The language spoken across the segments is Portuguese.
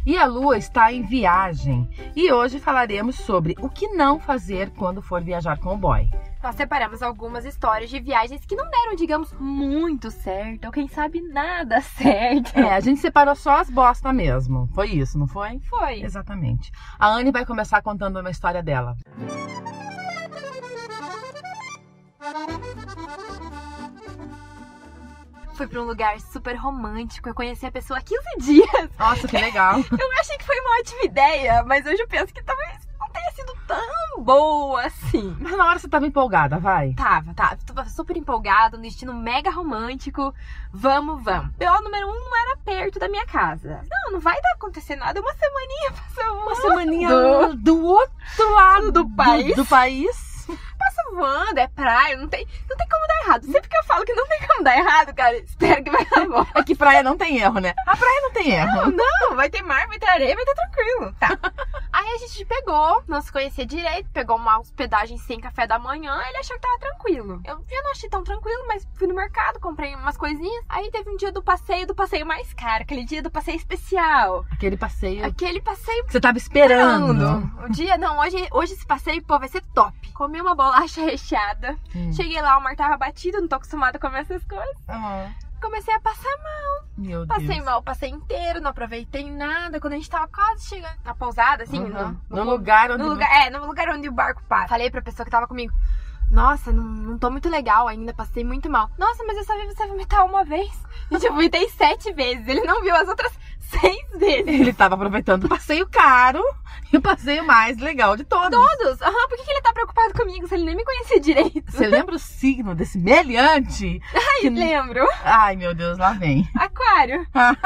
E a Lua está em viagem. E hoje falaremos sobre o que não fazer quando for viajar com o boy. Nós separamos algumas histórias de viagens que não deram, digamos, muito certo, ou quem sabe nada certo. A gente separou só as bosta mesmo. Foi isso, não foi? Foi. Exatamente. A Anne vai começar contando uma história dela. Fui pra um lugar super romântico, eu conheci a pessoa há 15 dias. Nossa, que legal. Eu achei que foi uma ótima ideia, mas hoje eu penso que talvez não tenha sido tão boa assim. Mas na hora você tava empolgada, vai? Tava super empolgada, um destino mega romântico. Vamos. BO número 1 não era perto da minha casa. Não vai acontecer nada, uma semaninha passou voando. Uma semaninha do outro lado do país. Do país. Passa voando, é praia, não tem como dar errado. Sempre que eu falo que não tem como dar errado, cara, espero que vai dar bom. É que praia não tem erro, né? A praia não tem erro. Não, vai ter mar, vai ter areia, vai ter tranquilo. Tá. Aí a gente pegou, não se conhecia direito, pegou uma hospedagem sem café da manhã, ele achou que tava tranquilo. Eu já não achei tão tranquilo, mas fui no mercado, comprei umas coisinhas. Aí teve um dia do passeio mais caro, aquele dia do passeio especial. Aquele passeio que você tava esperando. O dia, não, hoje esse passeio, pô, vai ser top. Comi uma bolacha recheada. Cheguei lá, o mar tava batido, não tô acostumada a comer essas coisas. Comecei a passar mal. Meu Passei Deus. mal, passei inteiro, não aproveitei nada. Quando a gente tava quase chegando na pousada, assim, no lugar onde o barco para. Falei pra pessoa que tava comigo: nossa, não tô muito legal ainda, passei muito mal. Nossa, mas eu só vi você vomitar uma vez. Gente, eu vomitei 7 vezes. Ele não viu as outras 6 vezes. Ele tava aproveitando o passeio caro e o passeio mais legal de todos. Por que ele tá preocupado comigo se ele nem me conhecia direito? Você lembra o signo desse meliante? Lembro. Ai, meu Deus, lá vem. Aquário.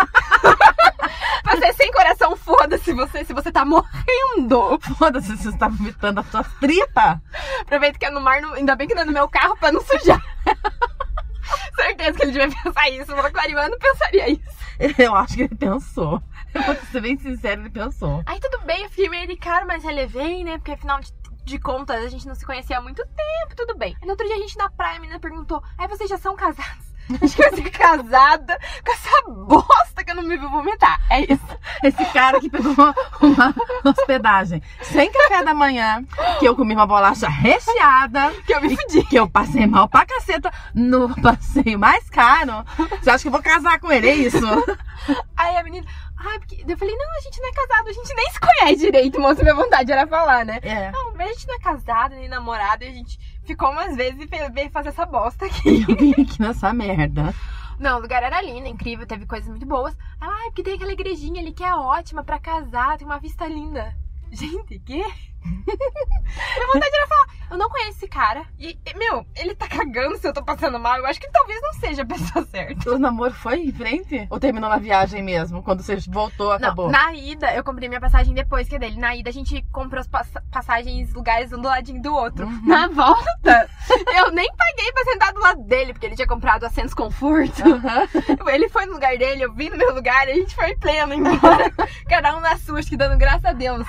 Você sem coração, foda-se se você tá morrendo. Foda-se se você tá vomitando a sua tripa. Aproveita que é no mar, ainda bem que não é no meu carro pra não sujar. Certeza que ele devia pensar isso. O aquariano pensaria isso. Eu acho que ele pensou. Eu vou ser bem sincero, ele pensou. Aí tudo bem, eu fiquei meio de cara, mas relevei, né? Porque afinal de contas a gente não se conhecia há muito tempo, tudo bem. Aí no outro dia a gente na praia, a menina perguntou: aí vocês já são casados? Acho que eu vou ser casada com essa bosta que eu não me vi vomitar. É isso. Esse cara que pegou uma hospedagem sem café da manhã, que eu comi uma bolacha recheada, que eu me fudi, que eu passei mal pra caceta no passeio mais caro. Você acha que eu vou casar com ele? É isso? Aí a menina: porque eu falei: não, a gente não é casado, a gente nem se conhece direito, moça. Minha vontade era falar, né? Não, mas a gente não é casado nem namorado, e a gente ficou umas vezes e veio fazer essa bosta aqui. Eu vim aqui nessa merda. Não, o lugar era lindo, incrível, teve coisas muito boas. Porque tem aquela igrejinha ali que é ótima pra casar, tem uma vista linda. Gente, quê? Minha vontade era falar: eu não conheço esse cara. E, ele tá cagando se eu tô passando mal. Eu acho que talvez não seja a pessoa certa. O namoro foi em frente? Ou terminou na viagem mesmo? Quando você voltou, acabou? Não, na ida, eu comprei minha passagem depois que a dele. Na ida, a gente comprou as passagens, lugares um do ladinho do outro. Na volta, eu nem paguei pra sentar do lado dele, porque ele tinha comprado assentos conforto. Ele foi no lugar dele, eu vim no meu lugar, e a gente foi pleno embora. Cada um na sua, acho que dando graças a Deus.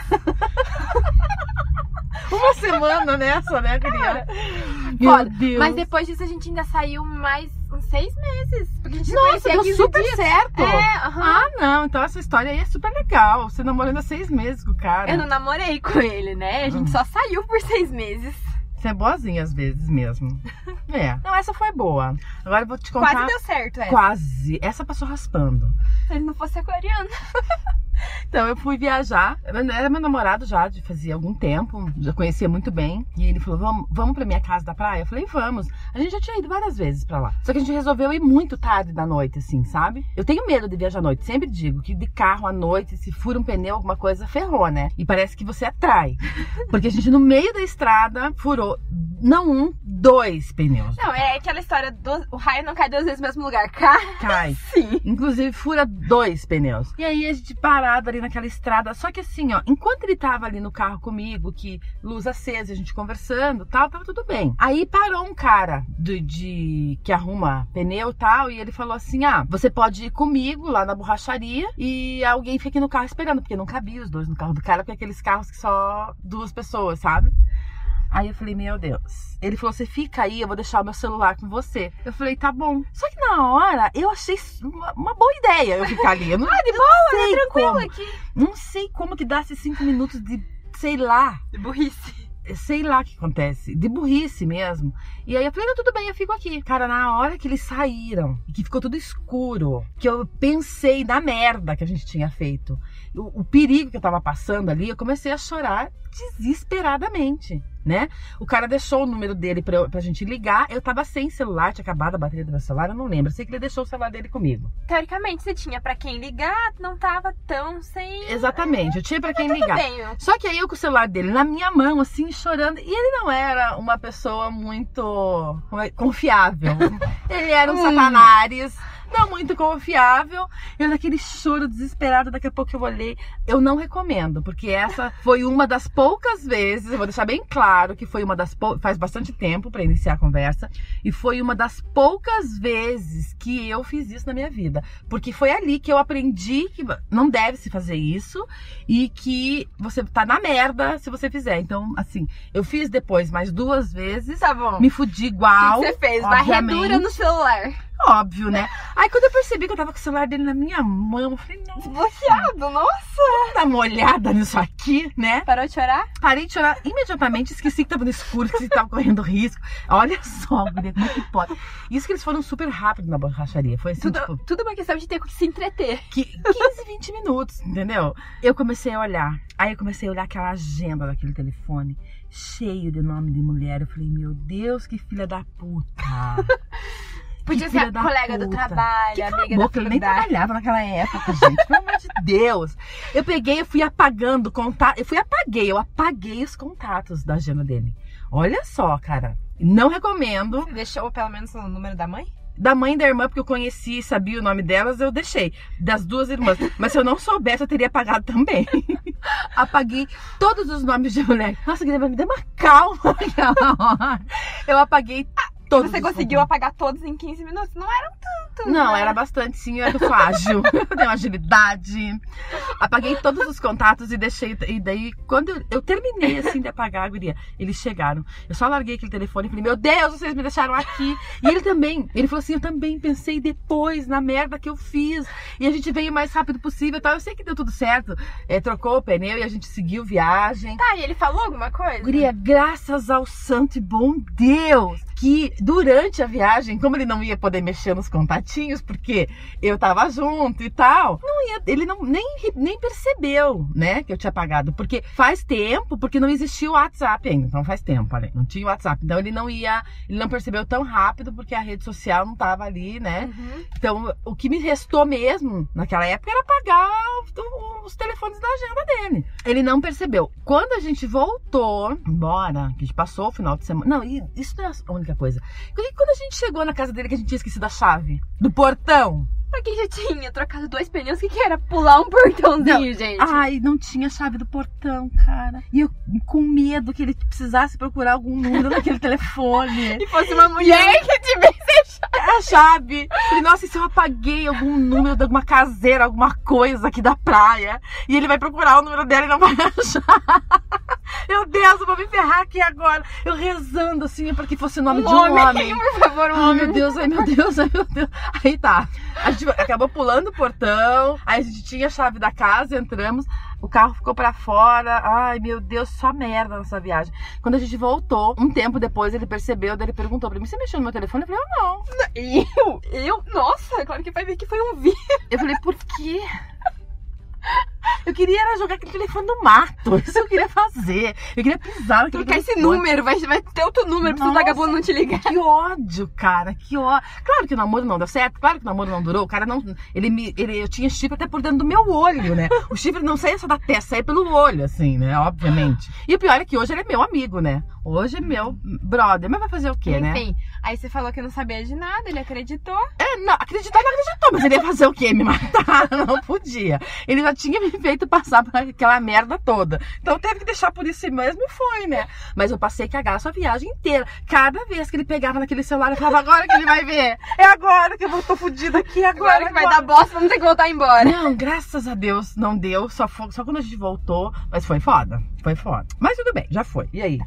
Uma semana nessa, né, querida? Meu Deus. Mas depois disso a gente ainda saiu mais uns 6 meses. Porque a gente conhecia deu 15 super dias. certo. Ah, não. Então essa história aí é super legal. Você namorando há 6 meses com o cara. Eu não namorei com ele, né? A gente só saiu por 6 meses. Você é boazinha às vezes mesmo. Não, essa foi boa. Agora eu vou te contar. Quase deu certo essa. Quase. Essa passou raspando. Se ele não fosse aquariano. Então eu fui viajar, era meu namorado já de fazia algum tempo, já conhecia muito bem. E ele falou: vamos pra minha casa da praia? Eu falei: vamos. A gente já tinha ido várias vezes pra lá. Só que a gente resolveu ir muito tarde da noite, assim, sabe? Eu tenho medo de viajar à noite, sempre digo que de carro à noite, se fura um pneu, alguma coisa, ferrou, né? E parece que você atrai. Porque a gente no meio da estrada furou, não 2 pneus. Não, é aquela história, o raio não cai 2 vezes no mesmo lugar. Cai. Sim. Inclusive fura 2 pneus. E aí a gente parado ali naquela estrada, só que assim, ó, enquanto ele tava ali no carro comigo, que luz acesa, a gente conversando, tal, tava tudo bem. Aí parou um cara que arruma pneu e tal, e ele falou assim: você pode ir comigo lá na borracharia e alguém fica aqui no carro esperando, porque não cabia os 2 no carro do cara, porque aqueles carros que só 2 pessoas, sabe? Aí eu falei, meu Deus. Ele falou, você fica aí, eu vou deixar o meu celular com você. Eu falei, tá bom. Só que na hora, eu achei uma boa ideia eu ficar ali. Eu não, de boa, né? Tranquilo aqui. Não sei como que dá esses 5 minutos de, sei lá. De burrice. Sei lá o que acontece, de burrice mesmo. E aí eu falei, não, tudo bem, eu fico aqui. Cara, na hora que eles saíram e que ficou tudo escuro, que eu pensei na merda que a gente tinha feito, o perigo que eu tava passando ali, eu comecei a chorar desesperadamente, né? O cara deixou o número dele pra gente ligar. Eu tava sem celular, tinha acabado a bateria do meu celular, eu não lembro. Eu sei que ele deixou o celular dele comigo. Teoricamente, você tinha pra quem ligar, não tava tão sem... Exatamente, eu tinha pra quem ligar. Bem, Só que aí eu com o celular dele na minha mão, assim, chorando. E ele não era uma pessoa muito confiável. Ele era um satanás, não muito confiável. Eu naquele choro desesperado, daqui a pouco eu olhei. Eu não recomendo, porque essa foi uma das poucas vezes, eu vou deixar bem claro que foi uma das faz bastante tempo pra iniciar a conversa, e foi uma das poucas vezes que eu fiz isso na minha vida, porque foi ali que eu aprendi que não deve se fazer isso e que você tá na merda se você fizer. Então, assim, eu fiz depois mais 2 vezes, tá bom. Me fudi igual. O que você fez? Varredura no celular. Óbvio, né? Aí quando eu percebi que eu tava com o celular dele na minha mão, eu falei, nossa. Desbloqueado, nossa. Vamos dar uma olhada nisso aqui, né? Parou de chorar? Parei de chorar imediatamente, esqueci que tava no escuro, esqueci que tava correndo risco. Olha só, mulher, como é que pode? Isso que eles foram super rápido na borracharia. Foi assim, tudo uma questão de ter que se entreter. 15, 20 minutos, entendeu? Eu comecei a olhar. Aí eu comecei a olhar aquela agenda daquele telefone, cheio de nome de mulher. Eu falei, meu Deus, que filha da puta. Podia ser a colega do trabalho, amiga da faculdade. Eu nem trabalhava naquela época, gente. Pelo amor de Deus. Eu peguei, eu fui apagando contato. Eu apaguei os contatos da agenda dele. Olha só, cara. Não recomendo. Você deixou pelo menos o número da mãe? Da mãe e da irmã, porque eu conheci e sabia o nome delas, eu deixei. Das 2 irmãs. Mas se eu não soubesse, eu teria apagado também. Apaguei todos os nomes de mulher. Nossa, Guilherme, me deu uma calma naquela hora. Eu apaguei todos. Você conseguiu apagar todos em 15 minutos? Não eram tantos. Não, né? era bastante, sim. Eu sou ágil. Eu tenho agilidade. Apaguei todos os contatos e deixei. E daí, quando eu terminei assim de apagar a guria, eles chegaram. Eu só larguei aquele telefone e falei, meu Deus, vocês me deixaram aqui. E ele também. Ele falou assim, eu também pensei depois na merda que eu fiz. E a gente veio o mais rápido possível e tal. Eu sei que deu tudo certo. Trocou o pneu e a gente seguiu viagem. Tá, e ele falou alguma coisa? Guria, graças ao santo e bom Deus, que durante a viagem, como ele não ia poder mexer nos contatinhos, porque eu tava junto e tal, ele nem percebeu, né, que eu tinha apagado, porque faz tempo, porque não existia o WhatsApp ainda, então faz tempo, olha, não tinha o WhatsApp, então ele não percebeu tão rápido, porque a rede social não tava ali, né, Então o que me restou mesmo, naquela época, era apagar os telefones da agenda dele. Ele não percebeu. Quando a gente voltou embora, que a gente passou o final de semana, não, isso não é a única coisa. Quando a gente chegou na casa dele, que a gente tinha esquecido a chave do portão. Pra quem já tinha trocado 2 pneus, o que era? Pular um portãozinho, gente? Ai, não tinha chave do portão, cara. E eu com medo que ele precisasse procurar algum número naquele telefone. E fosse uma mulher que tivesse a chave. Falei, nossa, e se eu apaguei algum número de alguma caseira, alguma coisa aqui da praia, e ele vai procurar o número dela e não vai achar. Meu Deus, eu vou me ferrar aqui agora. Eu rezando assim, para que fosse o nome de um homem. Por favor, um homem. Ai, meu Deus, ai, meu Deus, ai, meu Deus. Aí tá. A gente acabou pulando o portão, aí a gente tinha a chave da casa, entramos, o carro ficou pra fora. Ai, meu Deus, só merda nessa viagem. Quando a gente voltou, um tempo depois, ele percebeu, daí ele perguntou pra mim, você mexeu no meu telefone? Eu falei, não. Eu? Nossa, claro que vai ver que foi um vídeo. Eu falei, por quê? Eu queria era jogar aquele telefone no mato. Isso eu queria fazer. Eu queria pisar naquele telefone. Esse número, vai ter outro número pra o vagabundo não te ligar. Que ódio, cara. Que ódio. Claro que o namoro não deu certo. Claro que o namoro não durou. O cara não... Eu tinha chifre até por dentro do meu olho, né? O chifre não saía só da testa, saía pelo olho, assim, né? Obviamente. E o pior é que hoje ele é meu amigo, né? Hoje é meu brother. Mas vai fazer o quê, né? Enfim, aí você falou que não sabia de nada, ele acreditou. Não, acreditar não acreditou, mas ele ia fazer o quê? Me matar? Não podia. Ele já tinha me feito passar por aquela merda toda. Então teve que deixar por isso mesmo e foi, né? Mas eu passei cagaço a viagem inteira. Cada vez que ele pegava naquele celular, eu falava, agora que ele vai ver. É agora que eu tô fodida aqui, agora que vai dar bosta, vamos ter que voltar embora. Não, graças a Deus, não deu. Só quando a gente voltou. Mas foi foda. Foi foda. Mas tudo bem, já foi. E aí? Então,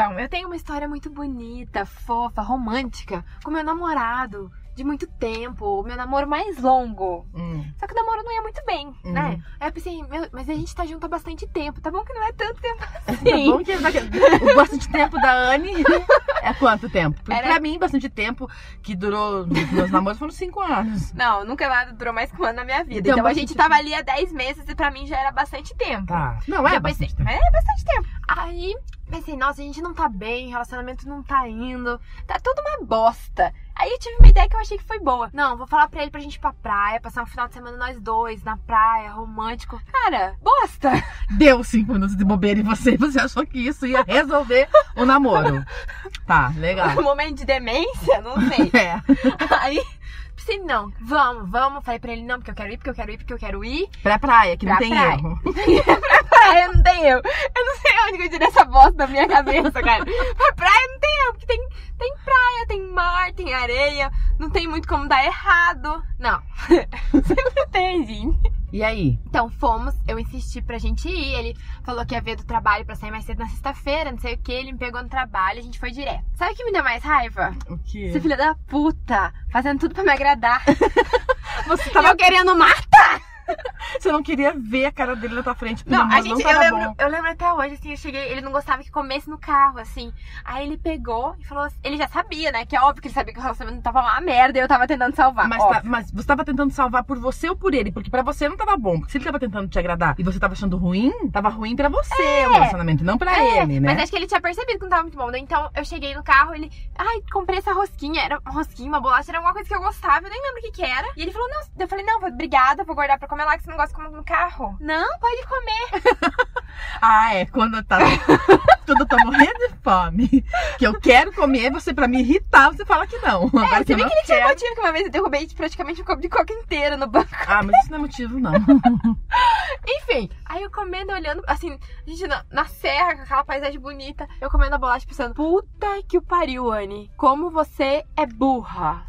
Então, eu tenho uma história muito bonita, fofa, romântica com meu namorado de muito tempo, o meu namoro mais longo. Só que o namoro não ia muito bem, né? Aí eu pensei, mas a gente tá junto há bastante tempo. Tá bom que não é tanto tempo assim. Tá bom que o bastante tempo da Anne é quanto tempo? Porque pra mim, bastante tempo que durou nos meus namoros foram 5 anos. Não, nunca nada durou mais que um ano na minha vida. Então a gente tava ali há 10 meses e pra mim já era bastante tempo. Tá. Não, é bastante tempo. É bastante tempo. Aí pensei, nossa, a gente não tá bem, relacionamento não tá indo, tá tudo uma bosta. Aí eu tive uma ideia que eu achei que foi boa. Não, vou falar pra ele pra gente ir pra praia, passar um final de semana nós dois, na praia, romântico. Cara, bosta! Deu 5 minutos de bobeira em você achou que isso ia resolver o namoro. Tá, legal. Um momento de demência? Não sei. Aí, pensei, não, vamos. Falei pra ele, não, porque eu quero ir. Pra praia, que não tem erro. Pra praia não tem erro. Eu não sei onde eu tirei essa bosta da minha cabeça, cara. Pra praia não tem erro, porque tem praia, tem mar, tem areia. Não tem muito como dar errado. Não. Sempre tem, gente. E aí? Então fomos, eu insisti pra gente ir. Ele falou que ia ver do trabalho pra sair mais cedo na sexta-feira, não sei o que. Ele me pegou no trabalho, a gente foi direto. Sabe o que me deu mais raiva? O quê? Esse filho da puta, fazendo tudo pra me agradar. Você tava eu querendo matar! Você não queria ver a cara dele na tua frente. Não, eu lembro até hoje, assim, eu cheguei, ele não gostava que comesse no carro, assim. Aí ele pegou e falou assim, ele já sabia, né? Que é óbvio que ele sabia que o relacionamento tava uma merda e eu tava tentando salvar. Mas você tava tentando salvar por você ou por ele? Porque pra você não tava bom. Porque se ele tava tentando te agradar e você tava achando ruim, tava ruim pra você o relacionamento, não pra ele, né? Mas acho que ele tinha percebido que não tava muito bom. Então eu cheguei no carro, ele, comprei essa rosquinha. Era uma rosquinha, uma bolacha, era alguma coisa que eu gostava, eu nem lembro o que era. E ele falou, não, eu falei, não, obrigada, vou guardar pra comer lá, que você não gosta de comer no carro. Não, pode comer. Quando eu tô morrendo de fome, que eu quero comer, você pra me irritar, você fala que não. Agora você vê que ele tinha motivo, que uma vez eu derrubei praticamente um copo de coca inteira no banco. Mas isso não é motivo, não. Enfim, aí eu comendo, olhando, assim, a gente na serra, com aquela paisagem bonita, eu comendo a bolacha pensando, puta que o pariu, Anne, como você é burra.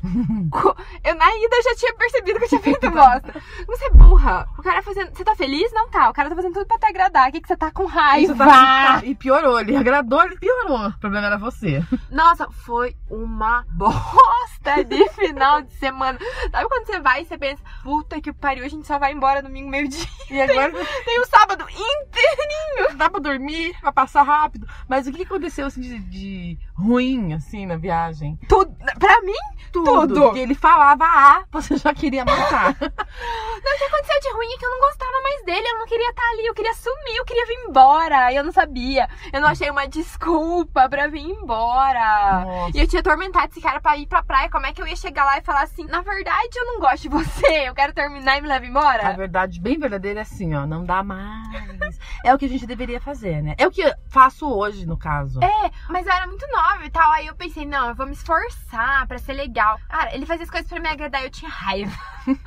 Na ida eu já tinha percebido que eu tinha feito bosta. Você é burra. O cara fazendo, você tá feliz? Não tá. O cara tá fazendo tudo pra te agradar. O que você tá com raiva? E piorou, ele agradou, ele piorou. O problema era você. Nossa, foi uma bosta de final de semana. Sabe quando você vai e você pensa, puta que pariu, a gente só vai embora domingo meio-dia. E agora tem o sábado inteirinho. Dá pra dormir, pra passar rápido. Mas o que aconteceu assim de ruim, assim, na viagem? Tudo. Pra mim, tudo. Porque ele falava você já queria matar. Não, o que aconteceu de ruim é que eu não gostava mais dele, eu não queria estar ali, eu queria sumir, eu queria vir embora. Eu não sabia. Eu não achei uma desculpa pra vir embora. Nossa. E eu tinha atormentado esse cara pra ir pra praia. Como é que eu ia chegar lá e falar assim, na verdade eu não gosto de você, eu quero terminar e me leva embora? A verdade bem verdadeira é assim, não dá mais. É o que a gente deveria fazer, né? É o que eu faço hoje, no caso. Mas eu era muito nova e tal, aí eu pensei, não, eu vou me esforçar pra ser legal. Cara, ele fazia as coisas pra me agradar e eu tinha raiva.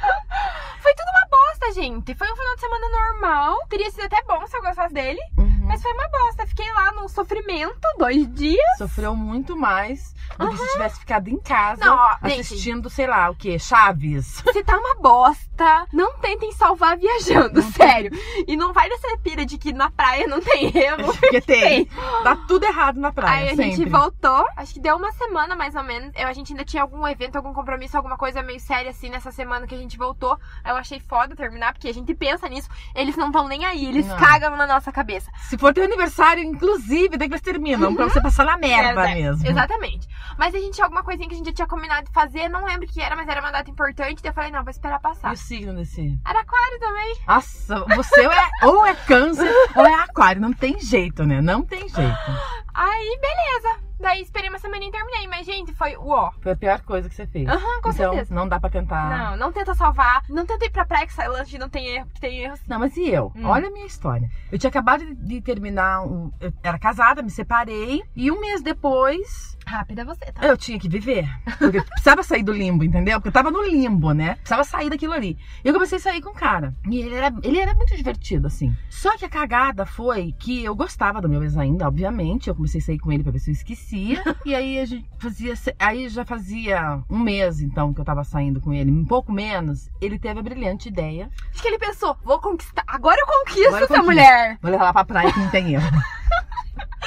Foi tudo uma bosta, gente. Foi um final de semana normal. Teria sido até bom se eu gostasse dele. Mas foi uma bosta. Fiquei lá no sofrimento 2 dias. Sofreu muito mais do que se tivesse ficado em casa assistindo, gente, sei lá, o quê? Chaves. Se tá uma bosta, não tentem salvar viajando, sério. E não vai nessa pira de que na praia não tem erro. Porque tem. Dá tudo errado na praia, Aí a gente voltou. Acho que deu uma semana, mais ou menos. A gente ainda tinha algum evento, algum compromisso, alguma coisa meio séria, assim, nessa semana que a gente voltou. Eu achei foda terminar, porque a gente pensa nisso. Eles não estão nem aí, eles cagam na nossa cabeça. Se for teu aniversário, inclusive, daí que eles terminam, pra você passar na merda mesmo. Exatamente. Mas a gente tinha alguma coisinha que a gente já tinha combinado de fazer, não lembro o que era, mas era uma data importante. Daí eu falei, não, vou esperar passar. E o signo desse? Era aquário também. Nossa, você ou é câncer ou é aquário. Não tem jeito, né? Não tem jeito. Aí, beleza. Daí esperei uma semana e terminei. Mas, gente, foi Foi a pior coisa que você fez. Com certeza. Não dá pra tentar. Não tenta salvar. Não tenta ir pra praia que sai lanche não tem erro, porque tem erros. Não, mas e eu? Olha a minha história. Eu tinha acabado de terminar. Eu era casada, me separei. E um mês depois. Rápida você, tá? Eu tinha que viver. Porque precisava sair do limbo, entendeu? Porque eu tava no limbo, né? Precisava sair daquilo ali. E eu comecei a sair com o cara. E ele era muito divertido, assim. Só que a cagada foi que eu gostava do meu ex ainda, obviamente. Eu comecei a sair com ele pra ver se eu esquecia. E aí a gente fazia. Aí já fazia um mês, então, que eu tava saindo com ele. Um pouco menos. Ele teve a brilhante ideia. Acho que ele pensou, vou conquistar. Agora eu conquisto essa mulher. Vou levar ela pra praia que não tem erro.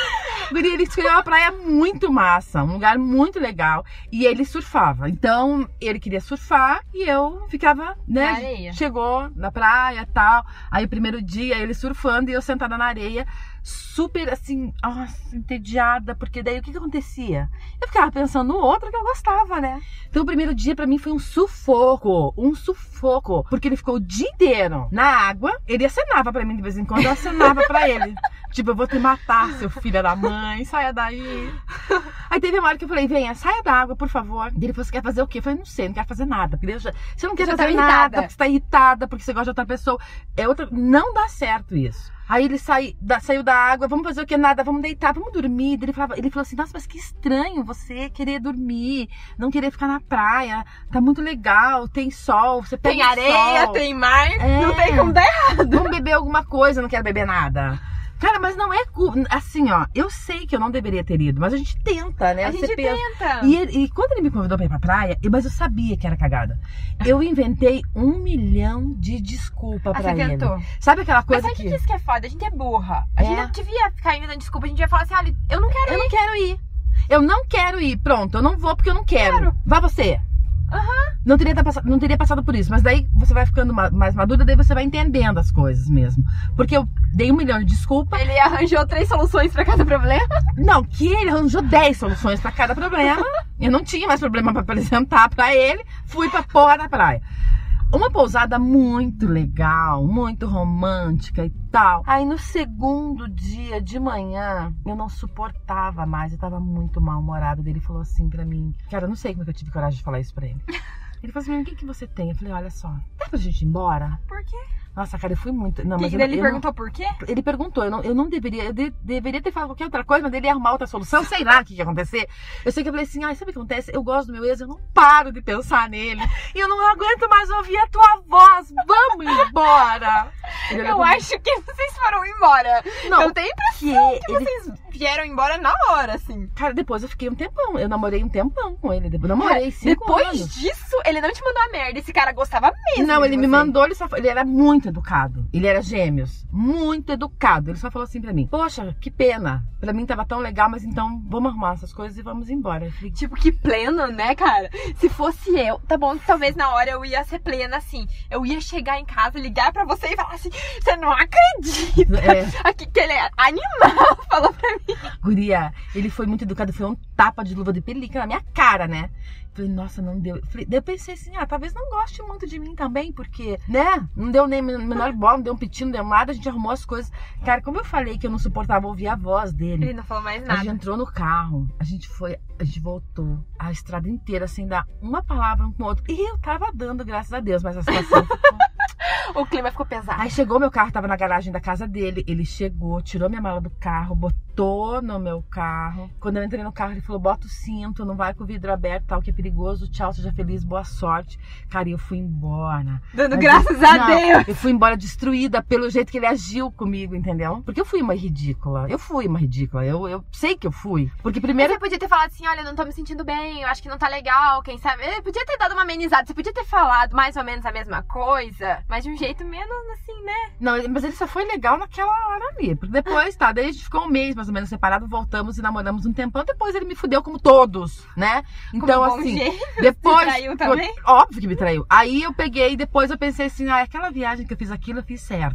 Guria, ele escolheu uma praia muito massa, um lugar muito legal. E ele surfava. Então, ele queria surfar e eu ficava, né? Na areia. Chegou na praia e tal. Aí, o primeiro dia, ele surfando e eu sentada na areia. Super, assim, nossa, entediada. Porque daí, o que acontecia? Eu ficava pensando no outro que eu gostava, né? Então, o primeiro dia, pra mim, foi um sufoco. Um sufoco. Porque ele ficou o dia inteiro na água. Ele acenava pra mim de vez em quando. Eu acenava pra ele. Tipo, eu vou te matar, seu filho da mãe. Saia daí. Aí teve uma hora que eu falei, venha, saia da água, por favor. E ele falou, você quer fazer o quê? Eu falei, não sei, não quero fazer nada. Porque você não quer fazer nada, porque você tá irritada, porque você gosta de outra pessoa. Não dá certo isso. Aí ele saiu da água, vamos fazer o quê? Nada, vamos deitar, vamos dormir. Ele falou assim, nossa, mas que estranho você querer dormir, não querer ficar na praia. Tá muito legal, tem sol, você pega tem areia, sol. Tem mar, não tem como dar errado. Vamos beber alguma coisa, não quero beber nada. Cara, mas não é assim, ó, eu sei que eu não deveria ter ido, mas a gente tenta, né? A gente tenta. E quando ele me convidou pra ir pra praia, mas eu sabia que era cagada. Eu inventei 1 milhão de desculpas pra ele. Tentou. Sabe aquela coisa mas sabe o que é foda? A gente é burra. A gente não devia ficar inventando desculpa. A gente vai falar assim, olha, eu não quero ir. Eu não quero ir. Eu não quero ir. Pronto, eu não vou porque eu não quero. Vá você. Não teria passado por isso, mas daí você vai ficando mais madura, daí você vai entendendo as coisas mesmo. Porque eu dei 1 milhão de desculpas. Ele arranjou 3 soluções pra cada problema? Não, que ele arranjou 10 soluções pra cada problema. Eu não tinha mais problema pra apresentar pra ele. Fui pra porra da praia. Uma pousada muito legal, muito romântica e tal. Aí no segundo dia de manhã, eu não suportava mais, eu tava muito mal-humorada. Ele falou assim pra mim, cara, eu não sei como é que eu tive coragem de falar isso pra ele. Ele falou assim, o que você tem? Eu falei, olha só, dá pra gente ir embora? Por quê? Nossa, cara, eu fui muito... Não, mas ele perguntou por quê? Ele perguntou, eu não deveria... Eu deveria ter falado qualquer outra coisa, mas ele ia arrumar outra solução, sei lá o que ia acontecer. Eu sei que eu falei assim, sabe o que acontece? Eu gosto do meu ex, eu não paro de pensar nele. E eu não aguento mais ouvir a tua voz. Vamos embora. Eu acho que vocês foram embora. Não, eu tenho a impressão que vocês vieram embora na hora, assim. Cara, depois eu fiquei um tempão. Eu namorei um tempão com ele. Eu namorei 5 anos. Depois disso, ele não te mandou a merda. Esse cara gostava mesmo. Não, ele me mandou, ele era muito educado. Ele era gêmeos. Muito educado. Ele só falou assim pra mim, poxa, que pena. Pra mim tava tão legal, mas então vamos arrumar essas coisas e vamos embora. Eu falei, tipo, que pleno, né, cara? Se fosse eu, tá bom que talvez na hora eu ia ser plena, assim. Eu ia chegar em casa, ligar pra você e falar assim, você não acredita. Aqui que ele é animal, falou pra mim. Guria, ele foi muito educado, foi um tapa de luva de pelica na minha cara, né? Falei, nossa, não deu. Daí eu pensei assim, talvez não goste muito de mim também, porque, né? Não deu nem menor bola, não deu um piti, não deu nada, a gente arrumou as coisas. Cara, como eu falei que eu não suportava ouvir a voz dele. Ele não falou mais nada. A gente entrou no carro, a gente voltou a estrada inteira sem dar uma palavra um com o outro. E eu tava dando, graças a Deus, mas a situação ficou... O clima ficou pesado. Aí chegou meu carro, tava na garagem da casa dele. Ele chegou, tirou minha mala do carro, botou no meu carro. Quando eu entrei no carro, ele falou, bota o cinto, não vai com o vidro aberto, tal, que é perigoso. Tchau, seja feliz, boa sorte. Cara, e eu fui embora. Dando graças a Deus. Eu fui embora destruída pelo jeito que ele agiu comigo, entendeu? Porque eu fui uma ridícula. Eu sei que eu fui. Porque primeiro... Você podia ter falado assim, olha, eu não tô me sentindo bem, eu acho que não tá legal, quem sabe... Eu podia ter dado uma amenizada, você podia ter falado mais ou menos a mesma coisa, mas de um jeito menos assim, né? Não, mas ele só foi legal naquela hora ali. Porque depois, daí a gente ficou 1 mês mais ou menos separado, voltamos e namoramos um tempão. Depois ele me fudeu como todos, né? Então, como assim, gêmeo, depois... Me traiu também? Óbvio que me traiu. Aí eu peguei, depois eu pensei assim, aquela viagem que eu fiz aquilo, eu fiz certo.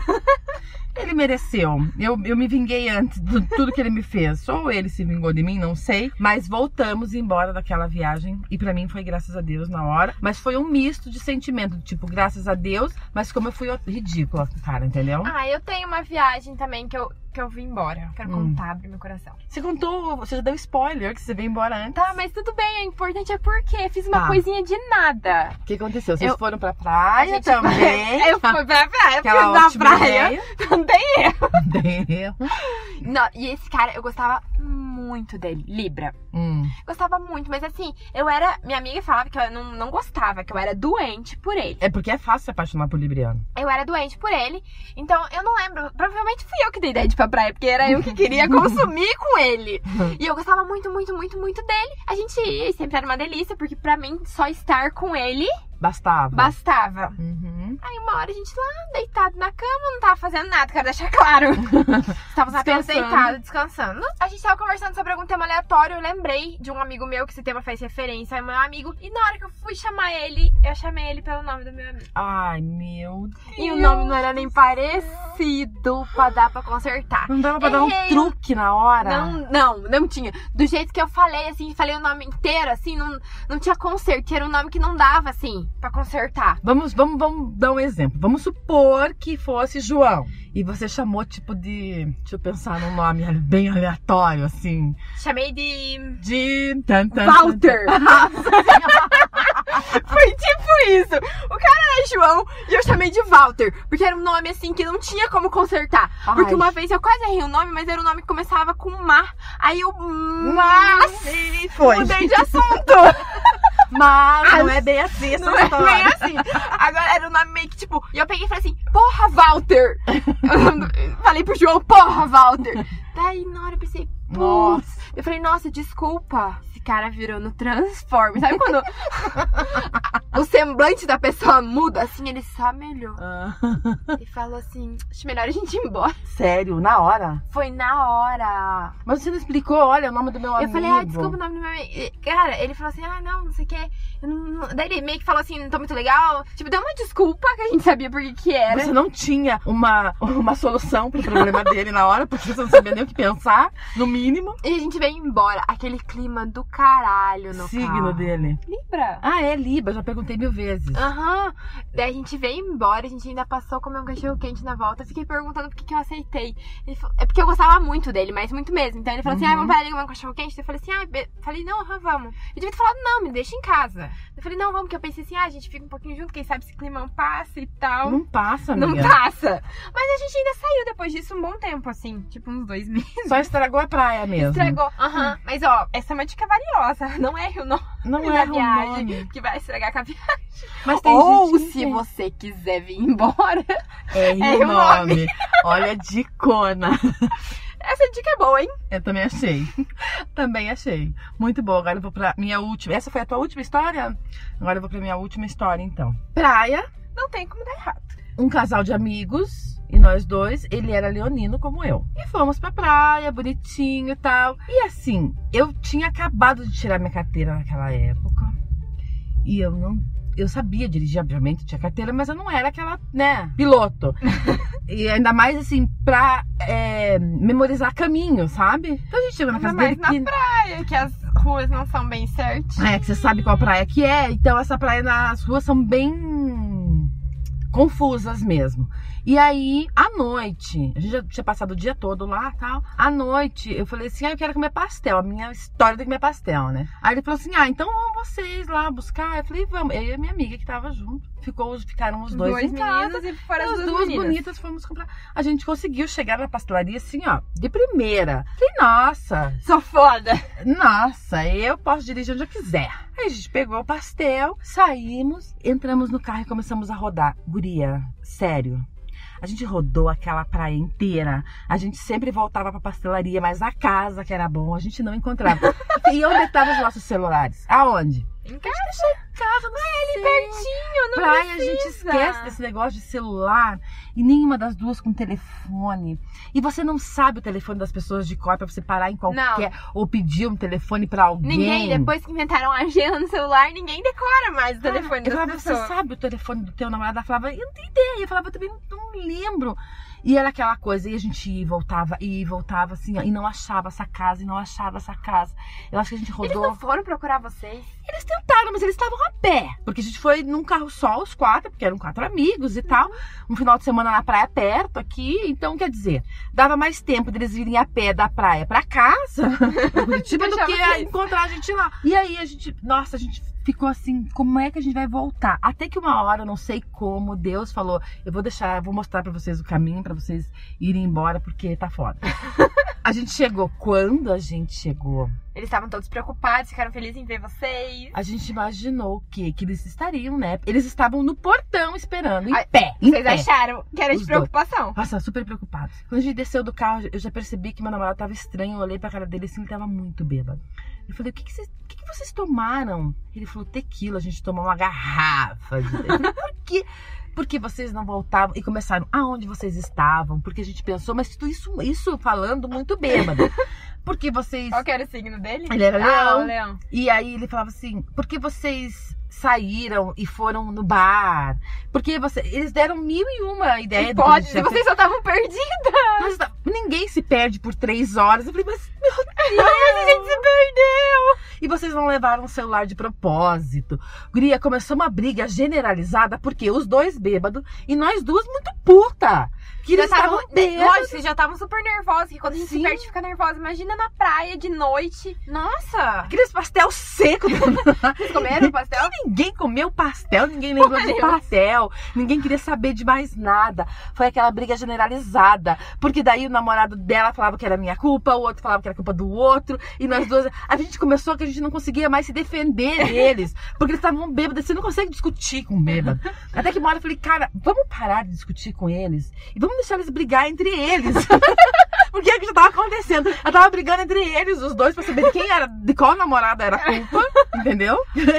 Ele mereceu. Eu me vinguei antes de tudo que ele me fez. Ou ele se vingou de mim, não sei. Mas voltamos embora daquela viagem. E pra mim foi graças a Deus na hora. Mas foi um misto de sentimento. Tipo, graças a Deus. Mas como eu fui ridícula, cara, entendeu? Eu tenho uma viagem também que eu vim embora. Quero contar, abrir meu coração. Você contou, você já deu spoiler que você veio embora antes. Tá, mas tudo bem. O importante é porque fiz uma coisinha de nada. O que aconteceu? Vocês foram pra praia também? Eu fui pra praia. Aquela na ótima praia. Ideia. Não tem erro. Não tem erro. Não, e esse cara, eu gostava muito dele. Libra. Gostava muito, mas assim, minha amiga falava que eu não gostava, que eu era doente por ele. É porque é fácil se apaixonar por libriano. Eu era doente por ele, então eu não lembro. Provavelmente fui eu que dei ideia de ir pra praia, porque era eu que queria consumir com ele. E eu gostava muito, muito, muito, muito dele. A gente ia e sempre era uma delícia, porque pra mim, só estar com ele Bastava. Bastava. Uhum. Aí uma hora a gente lá, deitado na cama, não tava fazendo nada, quero deixar claro. Estávamos apenas deitados, descansando. A gente tava conversando sobre algum tema aleatório, eu lembrei de um amigo meu que esse tema faz referência, é meu amigo. E na hora que eu fui chamar ele, eu chamei ele pelo nome do meu amigo. Ai, meu Deus. E o nome não era nem parecido pra dar pra consertar. Não dava pra dar um truque na hora? Não tinha. Do jeito que eu falei, assim, falei o nome inteiro, assim, não tinha conserto. Era um nome que não dava, assim, pra consertar. Vamos dar um exemplo. Vamos supor que fosse João. E você chamou, tipo, de... Deixa eu pensar num nome bem aleatório, assim. Chamei de... Walter! Foi tipo isso. O cara era João e eu chamei de Walter. Porque era um nome, assim, que não tinha como consertar. Ai. Porque uma vez eu quase errei o nome, mas era um nome que começava com Mar. Aí eu... Foi. Mudei de assunto. Mas não é bem assim essa Não é história. bem assim. Agora era um nome meio que tipo... E eu peguei e falei assim, porra, Walter. Falei pro João, porra, Walter. Daí na hora eu pensei, Nossa. eu falei, nossa, desculpa. Esse cara virou no Transform. Sabe quando o semblante da pessoa muda assim? Ele só melhorou. E falou assim, acho melhor a gente ir embora. Sério? Na hora? Foi na hora. Mas você não explicou, olha, o nome do meu amigo. Eu falei, desculpa o nome do meu amigo. Cara, ele falou assim, não sei o que. Daí ele meio que falou assim, não tô muito legal. Tipo, deu uma desculpa que a gente sabia por que era. Você não tinha uma solução pro problema dele na hora, porque você não sabia nem o que pensar, no mínimo. E a gente veio embora. Aquele clima do caralho no Signo carro. dele. Libra. Ah, é Libra, já perguntei 1000 vezes. Aham. Daí a gente veio embora, a gente ainda passou a comer um cachorro quente na volta. Eu fiquei perguntando por que eu aceitei. Ele falou, é porque eu gostava muito dele, mas muito mesmo. Então ele falou assim, vamos parar de comer um cachorro quente? Eu falei assim, falei, não, vamos. Eu devia ter falado, não, me deixa em casa. Eu falei, não, vamos, porque eu pensei assim, a gente fica um pouquinho junto, quem sabe esse climão passa e tal. Não passa, amiga. Não passa. Mas a gente ainda saiu depois disso um bom tempo, assim, tipo uns 2 meses. Só estragou a praia mesmo. Estragou. Mas ó, essa é uma dica valiosa. Não erre o nome. Não da erra o viagem, nome. que vai estragar com a viagem. Mas tem Ou gente que se tem. você quiser vir embora, Erre o nome. Olha, dicona. essa dica é boa, hein? Eu também achei. Também achei. Muito boa. Agora eu vou pra minha última. Essa foi a tua última história? Agora eu vou pra minha última história, então. Praia. Não tem como dar errado. Um casal de amigos. E nós dois, ele era leonino como eu. E fomos pra praia, bonitinho e tal. E assim, eu tinha acabado de tirar minha carteira naquela época. E eu sabia dirigir, obviamente, tinha carteira, mas eu não era aquela, né, piloto. E ainda mais, assim, pra memorizar caminho, sabe? Então a gente chegou na casa dele. Mas na praia, que as ruas não são bem certinhas. É, que você sabe qual praia que é. Então essa praia, as ruas são bem confusas mesmo. E aí, à noite, a gente já tinha passado o dia todo lá e tal. À noite, eu falei assim, eu quero comer pastel. A minha história de comer pastel, né? Aí ele falou assim, então vão vocês lá buscar. Eu falei, vamos. Eu e a minha amiga que tava junto. Ficaram os dois em casa. E foram As as duas meninas. bonitas fomos comprar. A gente conseguiu chegar na pastelaria assim, ó, de primeira. Falei, nossa, Sou foda. nossa, eu posso dirigir onde eu quiser. Aí a gente pegou o pastel, saímos, entramos no carro e começamos a rodar. Guria, sério. A gente rodou aquela praia inteira. A gente sempre voltava pra pastelaria, mas a casa que era bom, a gente não encontrava. E onde estavam os nossos celulares? Aonde? Em casa. Em casa, não sei. Pertinho, não Praia, a precisa. gente esquece desse negócio de celular. E nenhuma das duas com telefone. E você não sabe o telefone das pessoas de cor pra você parar em qualquer... Ou pedir um telefone pra alguém. Ninguém, depois que inventaram a agenda no celular, ninguém decora mais o telefone Eu das falava, pessoas. você sabe o telefone do teu namorado? Ela falava, eu não tenho ideia. Eu falava, eu também não lembro. E era aquela coisa, e a gente ia e voltava assim, ó, e não achava essa casa, e não achava essa casa. Eu acho que a gente rodou... Eles não foram procurar vocês? Eles tentaram, mas eles estavam a pé. Porque a gente foi num carro só, os 4, porque eram 4 amigos e tal. Um final de semana na praia perto aqui. Então, quer dizer, dava mais tempo deles virem a pé da praia pra casa, pra Curitiba, do que encontrar a gente lá. E aí a gente ficou assim, como é que a gente vai voltar? Até que uma hora, não sei como, Deus falou, eu vou mostrar pra vocês o caminho, pra vocês irem embora, porque tá foda. A gente chegou. Quando a gente chegou... Eles estavam todos preocupados, ficaram felizes em ver vocês. A gente imaginou que eles estariam, né? Eles estavam no portão esperando, em Ai, pé. Vocês acharam que era Os de preocupação? Nossa, super preocupados. Quando a gente desceu do carro, eu já percebi que meu namorado tava estranho. Eu olhei pra cara dele assim, ele tava muito bêbado. Eu falei, o que vocês tomaram? Ele falou, tequila, a gente tomou uma garrafa. Eu falei, por quê? Porque vocês não voltavam e começaram, aonde vocês estavam? Porque a gente pensou, mas tudo isso falando muito bêbado. Porque vocês... Qual que era o signo dele? Ele era leão. Leão. E aí ele falava assim, porque vocês saíram e foram no bar? Porque eles deram 1001 ideias. Hipótese, vocês só estavam perdidas. Mas ninguém se perde por 3 horas. Eu falei, mas meu Deus, a gente se perdeu. E vocês não levaram o celular de propósito. Guria, começou uma briga generalizada, porque os dois bêbados e nós duas muito puta. Que eles estavam bêbados. Lógico, vocês já estavam super nervosos. Que quando a gente se perde, fica nervosa. Imagina na praia de noite. Nossa! Aqueles pastel seco. Vocês comeram pastel? Ninguém comeu pastel, ninguém lembrou de pastel. Ninguém queria saber de mais nada. Foi aquela briga generalizada. Porque daí o namorado dela falava que era minha culpa, o outro falava que era culpa do outro. E nós duas... A gente começou que a gente não conseguia mais se defender deles. Porque eles estavam bêbados. Você não consegue discutir com bêbado. Até que uma hora eu falei, cara, vamos parar de discutir com eles. E vamos deixar eles brigar entre eles. Porque é o que já tava acontecendo. Eu tava brigando entre eles, os dois, pra saber de qual namorada era a culpa. Entendeu?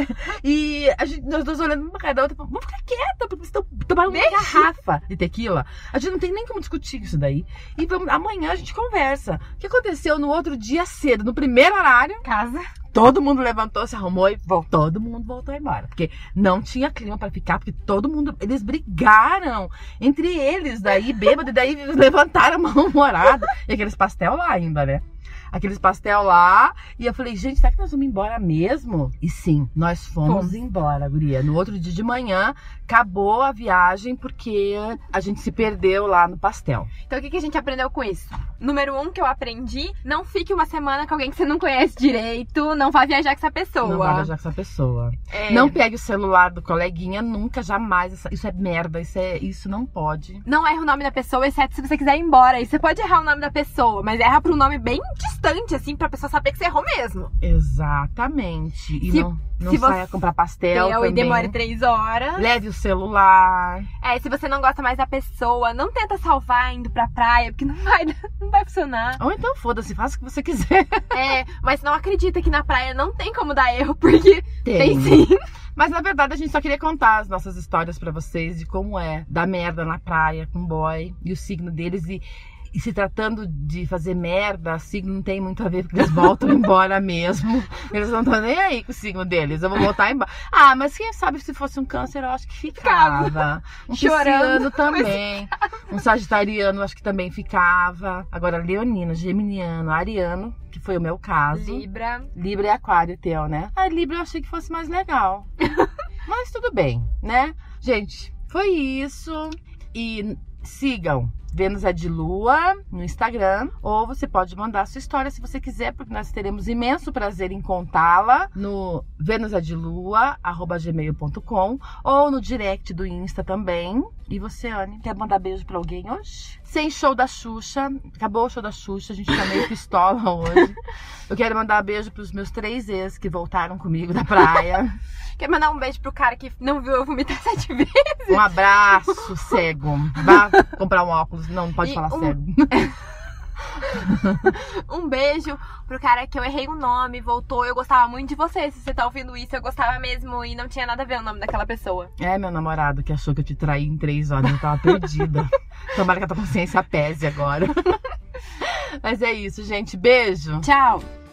E nós dois olhando uma cara da outra, vamos ficar quieta, porque vocês estão tomando uma garrafa de tequila. A gente não tem nem como discutir isso daí. E amanhã a gente conversa. O que aconteceu no outro dia cedo, no primeiro horário? Casa. Todo mundo levantou, se arrumou e voltou. Todo mundo voltou embora. Porque não tinha clima pra ficar, porque eles brigaram entre eles, daí bêbado, e daí levantaram mal-humorado. E aqueles pastel lá ainda, né? Aqueles pastel lá. E eu falei, gente, será que nós vamos embora mesmo? E sim, nós fomos embora, guria. No outro dia de manhã, acabou a viagem porque a gente se perdeu lá no pastel. Então o que a gente aprendeu com isso? Número 1 que eu aprendi, não fique uma semana com alguém que você não conhece direito, não vá viajar com essa pessoa. Não vá viajar com essa pessoa. Não pegue o celular do coleguinha, nunca, jamais. Isso é merda, isso não pode. Não erra o nome da pessoa, exceto se você quiser ir embora. E você pode errar o nome da pessoa, mas erra pro nome bem distante, assim, pra pessoa saber que você errou mesmo. Exatamente. E não saia comprar pastel também. E demore 3 horas. Leve o celular. Se você não gosta mais da pessoa, não tenta salvar indo pra praia, porque não vai funcionar. Ou então foda-se, faça o que você quiser. Mas não acredita que na praia não tem como dar erro, porque tem sim. Mas na verdade a gente só queria contar as nossas histórias pra vocês de como é dar merda na praia com boy e o signo deles. E se tratando de fazer merda, signo não tem muito a ver, porque eles voltam embora mesmo. Eles não estão nem aí com o signo deles. Eu vou voltar embora. Mas quem sabe se fosse um câncer, eu acho que ficava. Um pisciano também. Um sagitariano, eu acho que também ficava. Agora, leonino, geminiano, ariano, que foi o meu caso. Libra e aquário teu, né? Libra eu achei que fosse mais legal. Mas tudo bem, né? Gente, foi isso. E sigam Vênus é de Lua no Instagram, ou você pode mandar a sua história se você quiser, porque nós teremos imenso prazer em contá-la no venusadelua@gmail.com ou no direct do Insta também. E você, Anne, quer mandar beijo pra alguém hoje? Sem show da Xuxa, acabou o show da Xuxa, a gente tá meio pistola hoje. Eu quero mandar beijo pros meus 3 ex que voltaram comigo da praia. Quer mandar um beijo pro cara que não viu eu vomitar 7 vezes? Um abraço, cego. Vá comprar um óculos. Não pode falar cego. Um beijo pro cara que eu errei o nome, voltou. Eu gostava muito de você. Se você tá ouvindo isso, eu gostava mesmo e não tinha nada a ver o nome daquela pessoa. Meu namorado que achou que eu te traí em 3 horas. Eu tava perdida. Tomara que a tua consciência pese agora. Mas é isso, gente. Beijo. Tchau.